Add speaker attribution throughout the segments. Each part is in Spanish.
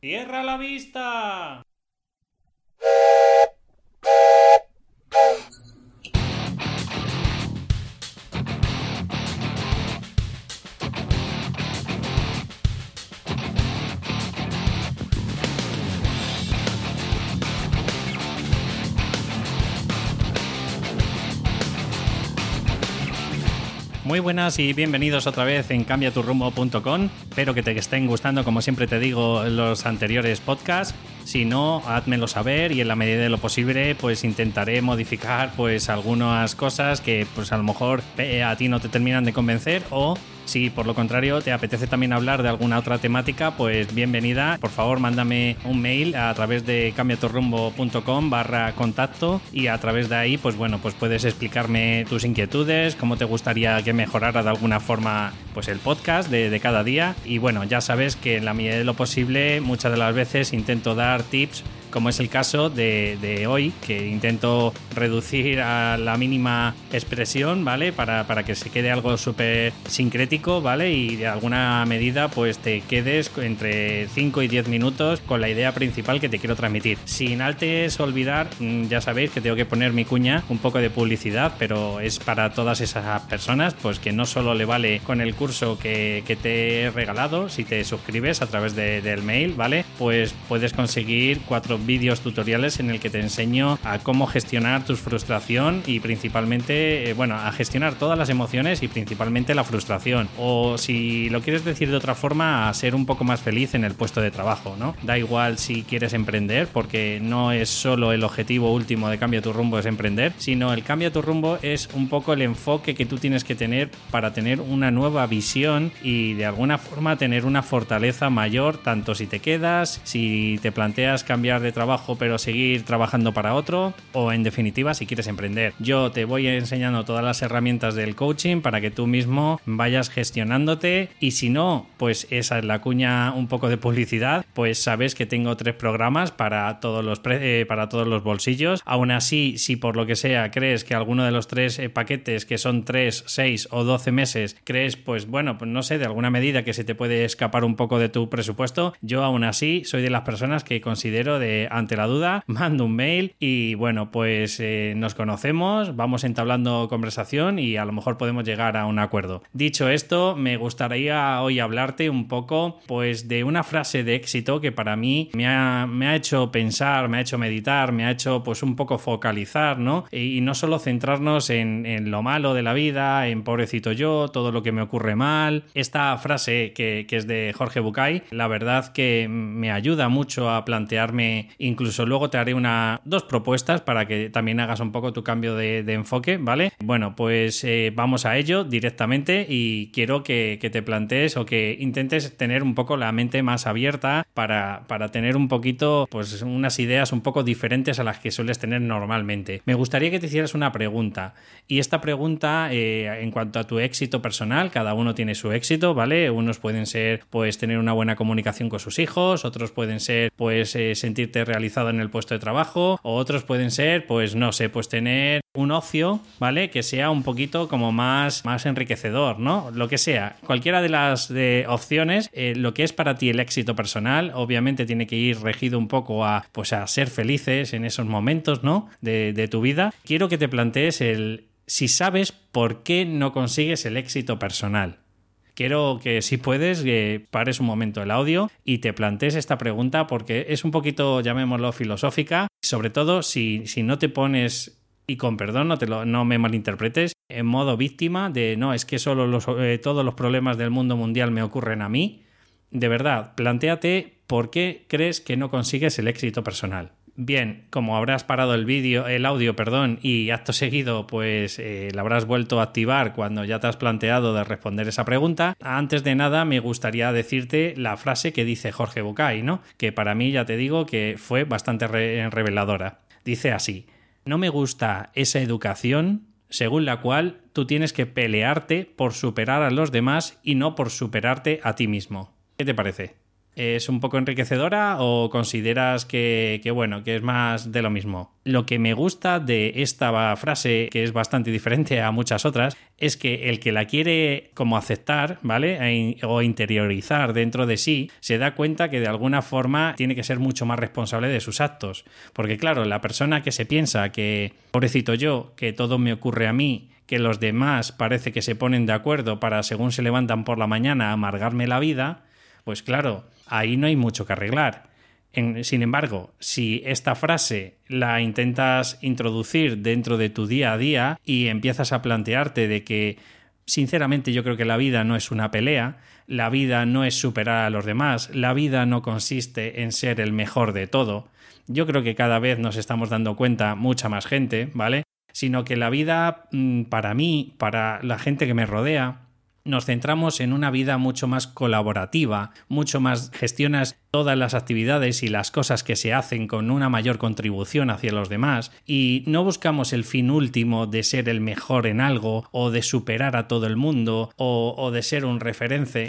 Speaker 1: ¡Cierra la vista! Muy buenas y bienvenidos otra vez en cambiaturrumbo.com. Espero que te estén gustando, como siempre te digo, los anteriores podcasts. Si no, házmelo saber y en la medida de lo posible pues intentaré modificar pues algunas cosas que pues a lo mejor a ti no te terminan de convencer, o si por lo contrario te apetece también hablar de alguna otra temática, pues bienvenida. Por favor, mándame un mail a través de cambiaturrumbo.com/contacto y a través de ahí pues bueno, pues puedes explicarme tus inquietudes, cómo te gustaría que mejorara de alguna forma pues el podcast de cada día. Y bueno, ya sabes que en la medida de lo posible muchas de las veces intento dar tips, como es el caso de hoy, que intento reducir a la mínima expresión, ¿vale? Para que se quede algo súper sincrético, ¿vale? Y de alguna medida pues te quedes entre 5 y 10 minutos con la idea principal que te quiero transmitir. Sin antes olvidar, ya sabéis que tengo que poner mi cuña, un poco de publicidad, pero es para todas esas personas, pues que no solo le vale con el curso que te he regalado. Si te suscribes a través del mail, ¿vale? Pues puedes conseguir 4 vídeos tutoriales en el que te enseño a cómo gestionar tu frustración y principalmente, a gestionar todas las emociones y principalmente la frustración. O si lo quieres decir de otra forma, a ser un poco más feliz en el puesto de trabajo, ¿no? Da igual si quieres emprender, porque no es solo el objetivo último de Cambia tu Rumbo es emprender, sino el Cambia tu Rumbo es un poco el enfoque que tú tienes que tener para tener una nueva visión y de alguna forma tener una fortaleza mayor, tanto si te quedas, si te planteas cambiar de trabajo pero seguir trabajando para otro, o en definitiva si quieres emprender. Yo te voy enseñando todas las herramientas del coaching para que tú mismo vayas gestionándote, y si no, pues esa es la cuña un poco de publicidad, pues sabes que tengo 3 programas para todos los bolsillos. Aún así, si por lo que sea crees que alguno de los 3 paquetes, que son 3, 6 o 12 meses, crees pues no sé, de alguna medida que se te puede escapar un poco de tu presupuesto, yo aún así soy de las personas que considero ante la duda, mando un mail y bueno, pues nos conocemos, vamos entablando conversación y a lo mejor podemos llegar a un acuerdo. Dicho esto, me gustaría hoy hablarte un poco pues de una frase de éxito que para mí me ha hecho pensar, me ha hecho meditar, me ha hecho pues un poco focalizar, ¿no? Y no solo centrarnos en lo malo de la vida, en pobrecito yo, todo lo que me ocurre mal. Esta frase que es de Jorge Bucay, la verdad que me ayuda mucho a plantearme. Incluso luego te haré 2 propuestas para que también hagas un poco tu cambio de enfoque, ¿vale? Bueno, pues vamos a ello directamente y quiero que te plantees o que intentes tener un poco la mente más abierta para tener un poquito, pues unas ideas un poco diferentes a las que sueles tener normalmente. Me gustaría que te hicieras una pregunta, y esta pregunta en cuanto a tu éxito personal, cada uno tiene su éxito, ¿vale? Unos pueden ser pues tener una buena comunicación con sus hijos, otros pueden ser pues sentirte realizado en el puesto de trabajo, o otros pueden ser pues no sé, pues tener un ocio, ¿vale? Que sea un poquito como más enriquecedor, ¿no? Lo que sea, cualquiera de las opciones, lo que es para ti el éxito personal obviamente tiene que ir regido un poco a ser felices en esos momentos, ¿no? de tu vida. Quiero que te plantees si sabes por qué no consigues el éxito personal. Quiero que, si puedes, pares un momento el audio y te plantees esta pregunta, porque es un poquito, llamémoslo, filosófica. Sobre todo si no te pones, y con perdón, no me malinterpretes, en modo víctima de no, es que solo todos los problemas del mundo mundial me ocurren a mí. De verdad, plantéate por qué crees que no consigues el éxito personal. Bien, como habrás parado el audio, y acto seguido pues la habrás vuelto a activar cuando ya te has planteado de responder esa pregunta, antes de nada me gustaría decirte la frase que dice Jorge Bucay, ¿no? Que para mí ya te digo que fue bastante reveladora. Dice así: no me gusta esa educación según la cual tú tienes que pelearte por superar a los demás y no por superarte a ti mismo. ¿Qué te parece? ¿Es un poco enriquecedora o consideras que es más de lo mismo? Lo que me gusta de esta frase, que es bastante diferente a muchas otras, es que el que la quiere como aceptar, ¿vale? O interiorizar dentro de sí, se da cuenta que de alguna forma tiene que ser mucho más responsable de sus actos. Porque claro, la persona que se piensa que, pobrecito yo, que todo me ocurre a mí, que los demás parece que se ponen de acuerdo para, según se levantan por la mañana, amargarme la vida, pues claro, ahí no hay mucho que arreglar. Sin embargo, si esta frase la intentas introducir dentro de tu día a día y empiezas a plantearte de que, sinceramente, yo creo que la vida no es una pelea, la vida no es superar a los demás, la vida no consiste en ser el mejor de todo. Yo creo que cada vez nos estamos dando cuenta, mucha más gente, ¿vale? Sino que la vida, para mí, para la gente que me rodea, nos centramos en una vida mucho más colaborativa, mucho más gestionas todas las actividades y las cosas que se hacen con una mayor contribución hacia los demás y no buscamos el fin último de ser el mejor en algo o de superar a todo el mundo o de ser un referente,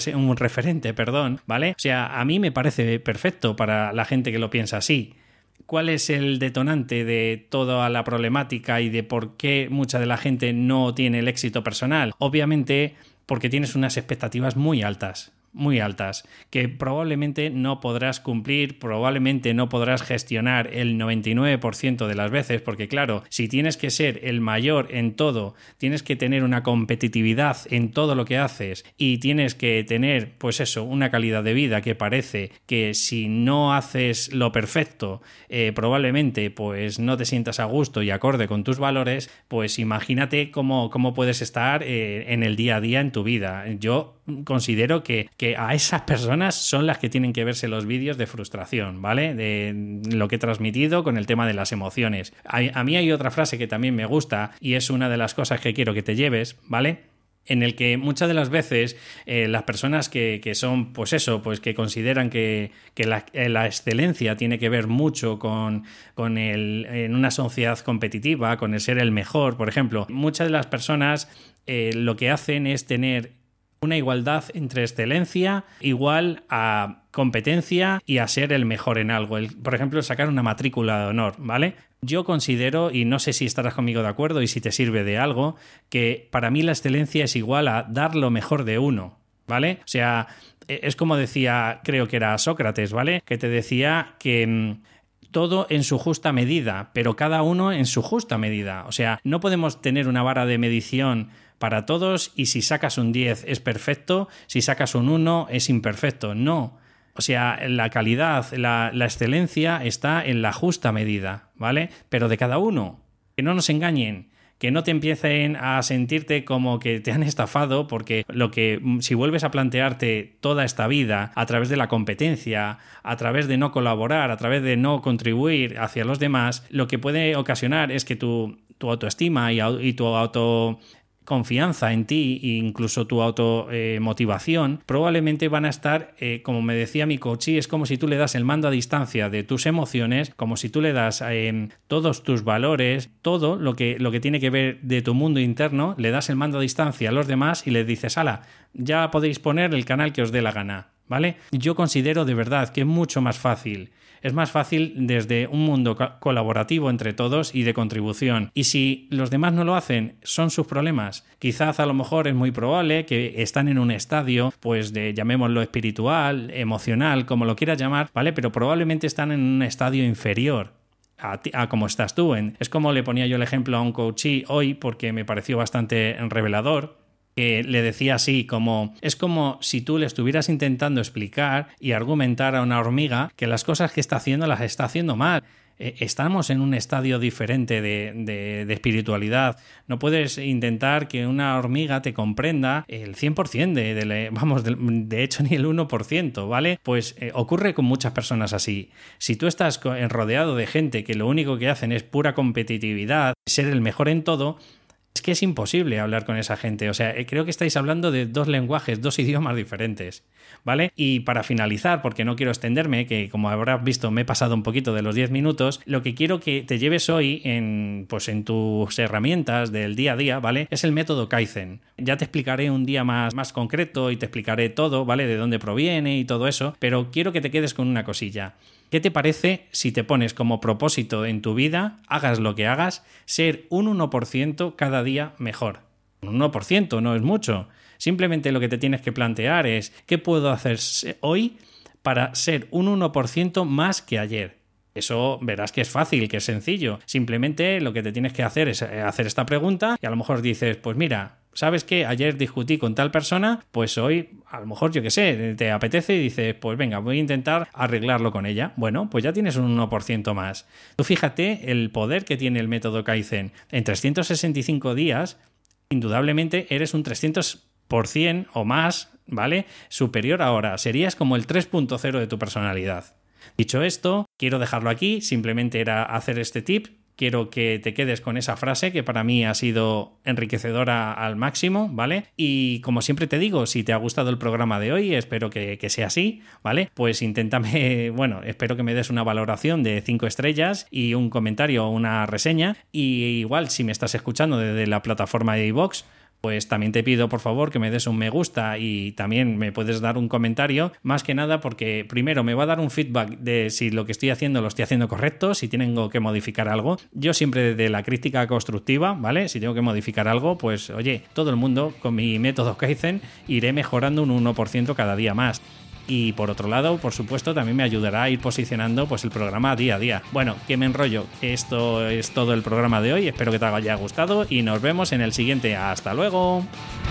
Speaker 1: ¿vale? O sea, a mí me parece perfecto para la gente que lo piensa así. ¿Cuál es el detonante de toda la problemática y de por qué mucha de la gente no tiene el éxito personal? Obviamente porque tienes unas expectativas muy altas, que probablemente no podrás cumplir, probablemente no podrás gestionar el 99% de las veces, porque claro, si tienes que ser el mayor en todo, tienes que tener una competitividad en todo lo que haces y tienes que tener, pues eso, una calidad de vida que parece que si no haces lo perfecto, probablemente pues no te sientas a gusto y acorde con tus valores, pues imagínate cómo puedes estar en el día a día en tu vida. Yo considero que a esas personas son las que tienen que verse los vídeos de frustración, ¿vale? De lo que he transmitido con el tema de las emociones. A mí hay otra frase que también me gusta y es una de las cosas que quiero que te lleves, ¿vale? En el que muchas de las veces las personas que son, pues eso, pues que consideran que la excelencia tiene que ver mucho con en una sociedad competitiva, con el ser el mejor, por ejemplo, muchas de las personas lo que hacen es tener una igualdad entre excelencia igual a competencia y a ser el mejor en algo. Por ejemplo, sacar una matrícula de honor, ¿vale? Yo considero, y no sé si estarás conmigo de acuerdo y si te sirve de algo, que para mí la excelencia es igual a dar lo mejor de uno, ¿vale? O sea, es como decía, creo que era Sócrates, ¿vale? Que te decía que todo en su justa medida, pero cada uno en su justa medida. O sea, no podemos tener una vara de medición para todos y si sacas un 10 es perfecto, si sacas un 1 es imperfecto. No. O sea, la calidad, la excelencia está en la justa medida, ¿vale? Pero de cada uno. Que no nos engañen. Que no te empiecen a sentirte como que te han estafado, porque si vuelves a plantearte toda esta vida a través de la competencia, a través de no colaborar, a través de no contribuir hacia los demás, lo que puede ocasionar es que tu autoestima y tu confianza en ti e incluso tu automotivación probablemente van a estar, como me decía mi coachí, es como si tú le das el mando a distancia de tus emociones, como si tú le das todos tus valores, todo lo que tiene que ver de tu mundo interno, le das el mando a distancia a los demás y les dices, hala, ya podéis poner el canal que os dé la gana, ¿vale? Yo considero de verdad que es mucho más fácil. Es más fácil desde un mundo colaborativo entre todos y de contribución. Y si los demás no lo hacen, son sus problemas. Quizás a lo mejor es muy probable que están en un estadio, pues llamémoslo espiritual, emocional, como lo quieras llamar, ¿vale? Pero probablemente están en un estadio inferior a como estás tú. Es como le ponía yo el ejemplo a un coachí hoy porque me pareció bastante revelador. Que le decía así, es como si tú le estuvieras intentando explicar y argumentar a una hormiga que las cosas que está haciendo las está haciendo mal. Estamos en un estadio diferente de espiritualidad. No puedes intentar que una hormiga te comprenda el 100% de hecho ni el 1%, ¿vale? Pues ocurre con muchas personas así. Si tú estás rodeado de gente que lo único que hacen es pura competitividad, ser el mejor en todo, Es que es imposible hablar con esa gente. O sea, creo que estáis hablando de 2 lenguajes, 2 idiomas diferentes, ¿vale? Y para finalizar, porque no quiero extenderme, que como habrás visto me he pasado un poquito de los 10 minutos, lo que quiero que te lleves hoy en tus herramientas del día a día, ¿vale? Es el método Kaizen. Ya te explicaré un día más concreto y te explicaré todo, ¿vale? De dónde proviene y todo eso, pero quiero que te quedes con una cosilla. ¿Qué te parece si te pones como propósito en tu vida, hagas lo que hagas, ser un 1% cada día mejor? Un 1% no es mucho. Simplemente lo que te tienes que plantear es ¿qué puedo hacer hoy para ser un 1% más que ayer? Eso verás que es fácil, que es sencillo. Simplemente lo que te tienes que hacer es hacer esta pregunta y a lo mejor dices, pues mira, ¿sabes qué? Ayer discutí con tal persona, pues hoy, a lo mejor, yo qué sé, te apetece y dices, pues venga, voy a intentar arreglarlo con ella. Bueno, pues ya tienes un 1% más. Tú fíjate el poder que tiene el método Kaizen. En 365 días, indudablemente eres un 300% o más, ¿vale? Superior ahora. Serías como el 3.0 de tu personalidad. Dicho esto, quiero dejarlo aquí, simplemente era hacer este tip. Quiero que te quedes con esa frase que para mí ha sido enriquecedora al máximo, ¿vale? Y como siempre te digo, si te ha gustado el programa de hoy, espero que sea así, ¿vale? Pues inténtame, espero que me des una valoración de 5 estrellas y un comentario o una reseña. Y igual, si me estás escuchando desde la plataforma de iVoox, pues también te pido por favor que me des un me gusta y también me puedes dar un comentario, más que nada porque primero me va a dar un feedback de si lo que estoy haciendo lo estoy haciendo correcto, si tengo que modificar algo. Yo siempre de la crítica constructiva, ¿vale? Si tengo que modificar algo, pues oye, todo el mundo con mi método Kaizen iré mejorando un 1% cada día más. Y por otro lado, por supuesto, también me ayudará a ir posicionando pues el programa día a día. Bueno, que me enrollo. Esto es todo el programa de hoy. Espero que te haya gustado y nos vemos en el siguiente. ¡Hasta luego!